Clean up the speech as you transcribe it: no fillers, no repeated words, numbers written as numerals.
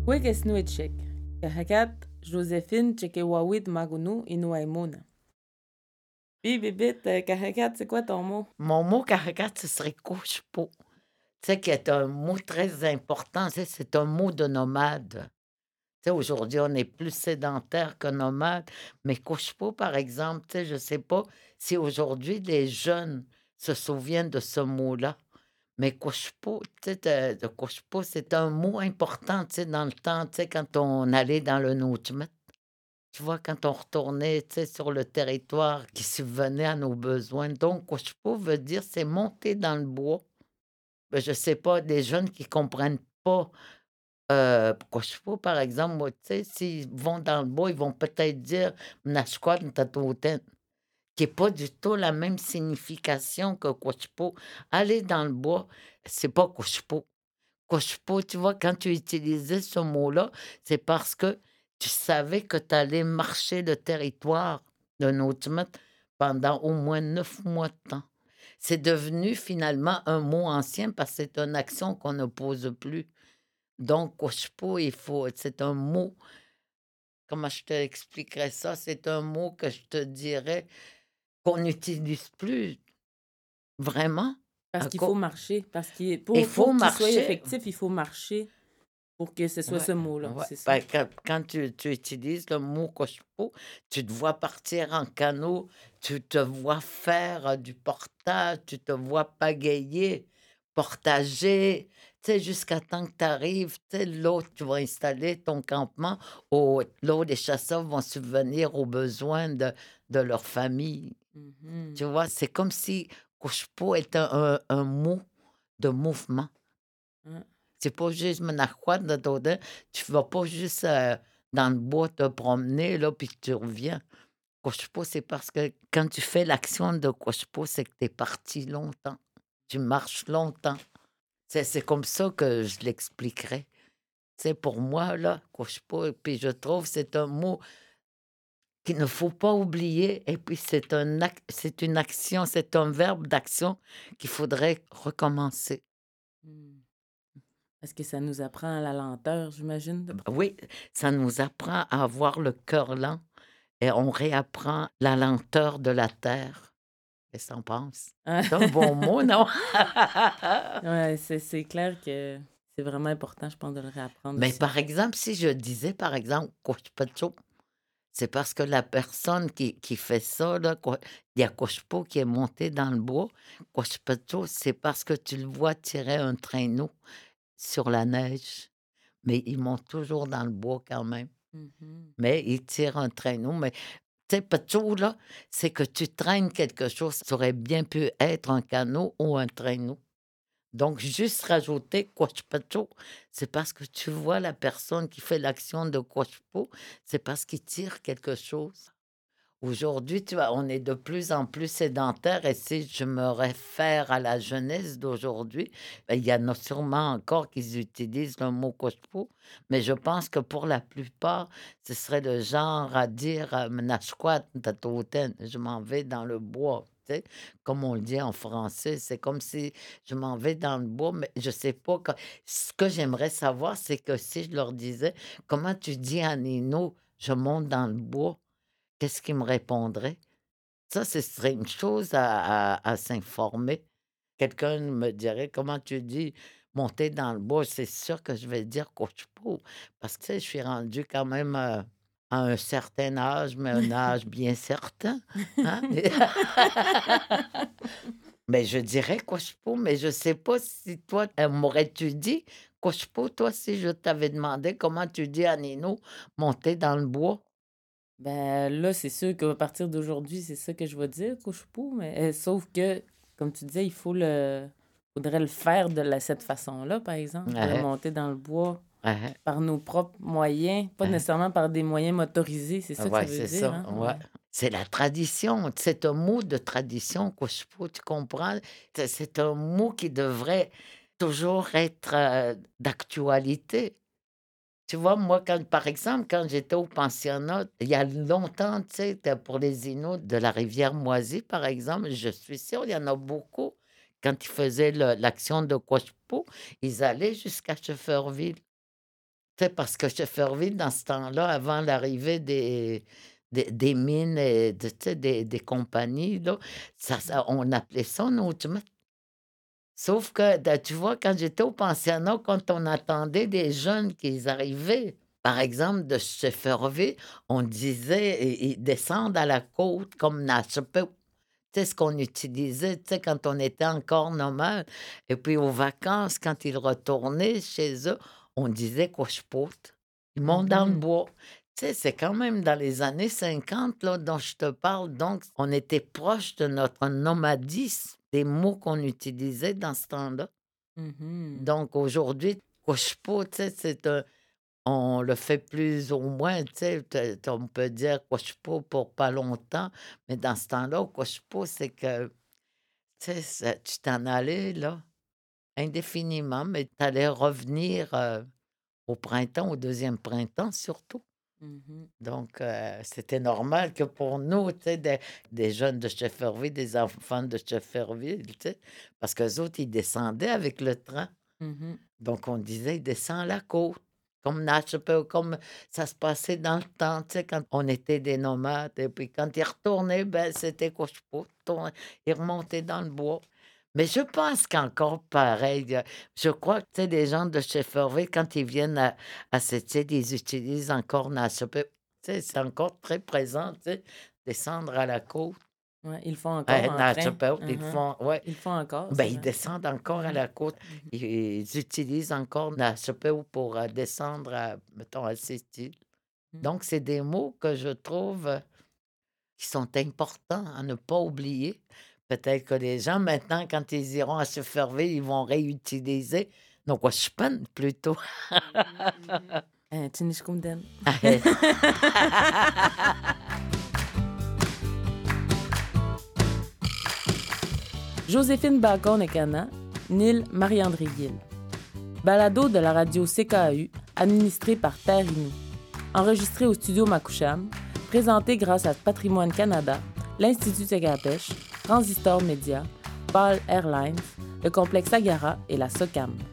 Wekesnuechek, Kahakat, Joséphine, Tchekewawit, Magounou, Inouaimouna. Puis, Bébite, Kahakat, c'est quoi ton mot? Mon mot caracat, ce serait couche-peau. Tu sais, qui est un mot très important. Tu sais, c'est un mot de nomade. Tu sais, aujourd'hui, on est plus sédentaire que nomade. Mais couche-peau, par exemple, tu sais, je sais pas si aujourd'hui les jeunes se souviennent de ce mot-là. Mais couche-peau, tu sais, de couche-peau, c'est un mot important, tu sais, dans le temps, tu sais, quand on allait dans le Nutmett. Tu vois, quand on retournait, tu sais, sur le territoire qui subvenait à nos besoins. Donc, couche-peau veut dire c'est monter dans le bois. Ben, je sais pas, des jeunes qui comprennent pas, couche-peau, par exemple, moi, tu sais, s'ils vont dans le bois, ils vont peut-être dire: «Mnashkwat ntatouten», qui est pas du tout la même signification que couche-peau. Aller dans le bois, c'est pas couche-peau. Couche-peau, tu vois, quand tu utilisais ce mot-là, c'est parce que tu savais que tu allais marcher le territoire d'un autre maître pendant au moins 9 mois de temps. C'est devenu finalement un mot ancien parce que c'est une action qu'on ne pose plus. Donc, couche-peau, il faut c'est un mot, comment je t'expliquerais ça? C'est un mot que je te dirais qu'on n'utilise plus vraiment Parce à qu'il faut cau marcher. Parce qu'il il faut pour qu'il soit marcher. effectif, il faut marcher pour que ce soit Ouais, ce mot-là, ouais. c'est ça? Ben, quand tu utilises le mot coche-peau, tu te vois partir en canot, tu te vois faire, du portage, tu te vois pagayer, portager, tu sais, jusqu'à temps que tu arrives, tu sais, là tu vas installer ton campement, là où les chasseurs vont subvenir aux besoins de leur famille. Tu Mhm. vois? C'est comme si couche-peau était un mot de mouvement. Hein. C'est pas juste Menachua de Dodin. Tu vas pas juste, dans le bois te promener là, puis tu reviens. Couche-pas, c'est parce que quand tu fais l'action de couche-pas, c'est que tu es parti longtemps. Tu marches longtemps. C'est comme ça que je l'expliquerais. Tu sais, pour moi là, couche-pas, puis je trouve c'est un mot qu'il ne faut pas oublier et puis c'est une action, c'est un verbe d'action qu'il faudrait recommencer. Hmm. Est-ce que ça nous apprend à la lenteur, j'imagine? Oui, ça nous apprend à avoir le cœur lent. Et on réapprend la lenteur de la terre. Qu'est-ce que tu penses? Hein? C'est un bon mot, non? Ouais, c'est clair que c'est vraiment important, je pense, de le réapprendre Mais aussi. par exemple, si je disais, par exemple, Coche-Pacho, c'est parce que la personne qui fait ça, là, il y a Coche-Pot qui est monté dans le bois. Coche-Pacho, c'est parce que tu le vois tirer un traîneau sur la neige, mais il monte toujours dans le bois quand même. Mhm. Mais il tire un traîneau, mais tu sais, pacho là, c'est que tu traînes quelque chose. Ça aurait bien pu être un canot ou un traîneau. Donc juste rajouter quach-pacho, c'est parce que tu vois la personne qui fait l'action de quach-po, c'est parce qu'il tire quelque chose. Aujourd'hui, tu vois, on est de plus en plus sédentaire et si je me réfère à la jeunesse d'aujourd'hui, ben, il y en a sûrement encore qui utilisent le mot «kushpo», mais je pense que pour la plupart, ce serait le genre à dire, «Mnashkwat ntatouten», je m'en vais dans le bois, tu sais? Comme on le dit en français, c'est comme si je m'en vais dans le bois, mais je sais pas que ce que j'aimerais savoir, c'est que si je leur disais: «Comment tu dis à Nino: "Je monte dans le bois"?» Qu'est-ce qu'il me répondrait? Ça, ce serait une chose à s'informer. Quelqu'un me dirait: «Comment tu dis monter dans le bois?» C'est sûr que je vais dire «Couche-peau» parce que, tu sais, je suis rendue quand même, à un certain âge, mais un âge bien certain, hein? Mais je dirais «Couche-peau», mais je sais pas si toi, m'aurais-tu dit «Couche-peau», toi, si je t'avais demandé: «Comment tu dis à Nino monter dans le bois?» Ben, là, c'est sûr qu'à partir d'aujourd'hui, c'est ça que je vais dire, couche-pou, mais sauf que, comme tu disais, faudrait le faire cette façon-là, par exemple, de Hein, monter dans le bois hein, hein, par nos propres moyens, pas hein. nécessairement par des moyens motorisés, c'est ça que ça Ouais, veut c'est dire, ça, hein? ouais. Ouais. C'est la tradition, c'est un mot de tradition Kouchoupo, tu comprends? C'est un mot qui devrait toujours être, d'actualité. Tu vois, moi, quand par exemple, quand j'étais au pensionnat, il y a longtemps, tu sais, pour les Inuits de la rivière Moisy, par exemple, je suis sûre, il y en a beaucoup, quand ils faisaient l'action de Kouachoupo, ils allaient jusqu'à Schefferville. Tu sais, parce que Shefferville, dans ce temps-là, avant l'arrivée des mines et tu sais, des compagnies, là, on appelait ça Nauchma. Sauf que, tu vois, quand j'étais au pensionnat, quand on attendait des jeunes qui arrivaient, par exemple, de Shefferville, on disait, ils descendent à la côte comme Natchepeux. Tu sais, ce qu'on utilisait, tu sais, quand on était encore nomade. Et puis aux vacances, quand ils retournaient chez eux, on disait Couche-Pout. Ils montent dans le Mhm. bois. Tu sais, c'est quand même dans les années 50 là, dont je te parle. Donc, on était proche de notre nomadisme, des mots qu'on utilisait dans ce temps-là. Mhm. Donc, aujourd'hui, Couche-Pout, tu sais, on le fait plus ou moins, tu sais, on peut dire Couche-Pout pour pas longtemps, mais dans ce temps-là, Couche-Pout, c'est que tu sais, tu t'en allais, là, indéfiniment, mais tu allais revenir, au printemps, au deuxième printemps surtout. Mhm. Donc, c'était normal que pour nous, tu sais, des jeunes de Shefferville, des enfants de Shefferville, tu sais, parce qu'eux autres, ils descendaient avec le train. Mhm. Donc, on disait: «Il descend la côte», comme Natchepeux, comme ça se passait dans le temps, tu sais, quand on était des nomades et puis quand ils retournaient, ben, c'était couche-pot, ils remontaient dans le bois. Mais je pense qu'encore pareil, je crois que, tu sais, les gens de Shefferville, quand ils viennent à cette île, ils utilisent encore Natchepeux. Tu sais, c'est encore très présent, tu sais, descendre à la côte. Ouais, ils le font encore en train. Natchepeux, ils Mhm. font ouais. Ils le font encore, Ben, c'est ils vrai. descendent encore à Mhm. la côte. Mhm. Ils utilisent encore la chapelle pour, descendre à, mettons, à Sept-Îles. Mhm. Donc c'est des mots que je trouve, qui sont importants à ne pas oublier. Peut-être que les gens maintenant, quand ils iront à Sufferville, ils vont réutiliser nos Washpan plutôt. Tinishkumden. Joséphine Bacon-Ekana, Nil Marie-André Gill. Balado de la radio CKAU, administré par Terre Inou. Enregistré au studio Makoucham, présenté grâce à Patrimoine Canada, l'Institut Tegapèche, Transistor Média, Ball Airlines, le complexe Agara et la SOCAM.